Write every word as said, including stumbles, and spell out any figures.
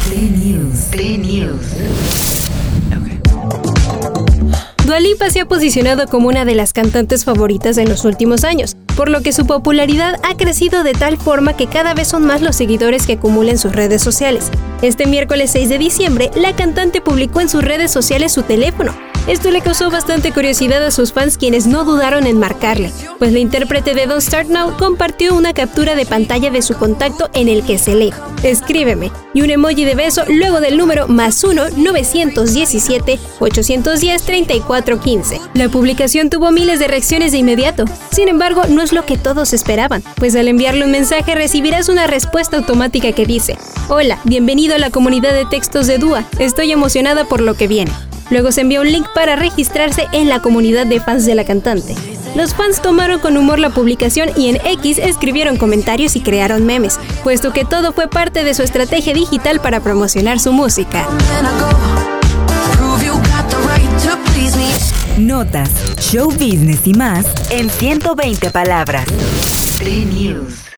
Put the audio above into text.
Play News. Play News. Okay. Dua Lipa se ha posicionado como una de las cantantes favoritas en los últimos años, por lo que su popularidad ha crecido de tal forma que cada vez son más los seguidores que acumula en sus redes sociales. Este miércoles seis de diciembre, la cantante publicó en sus redes sociales su teléfono. Esto le causó bastante curiosidad a sus fans, quienes no dudaron en marcarle, pues la intérprete de Don't Start Now compartió una captura de pantalla de su contacto en el que se lee: escríbeme, y un emoji de beso luego del número más uno novecientos diecisiete ochocientos diez treinta y cuatro quince. La publicación tuvo miles de reacciones de inmediato. Sin embargo, no es lo que todos esperaban, pues al enviarle un mensaje recibirás una respuesta automática que dice: hola, bienvenido a la comunidad de textos de Dua, estoy emocionada por lo que viene. Luego se envió un link para registrarse en la comunidad de fans de la cantante. Los fans tomaron con humor la publicación y en X escribieron comentarios y crearon memes, puesto que todo fue parte de su estrategia digital para promocionar su música. Notas, show business y más en ciento veinte palabras. Play News.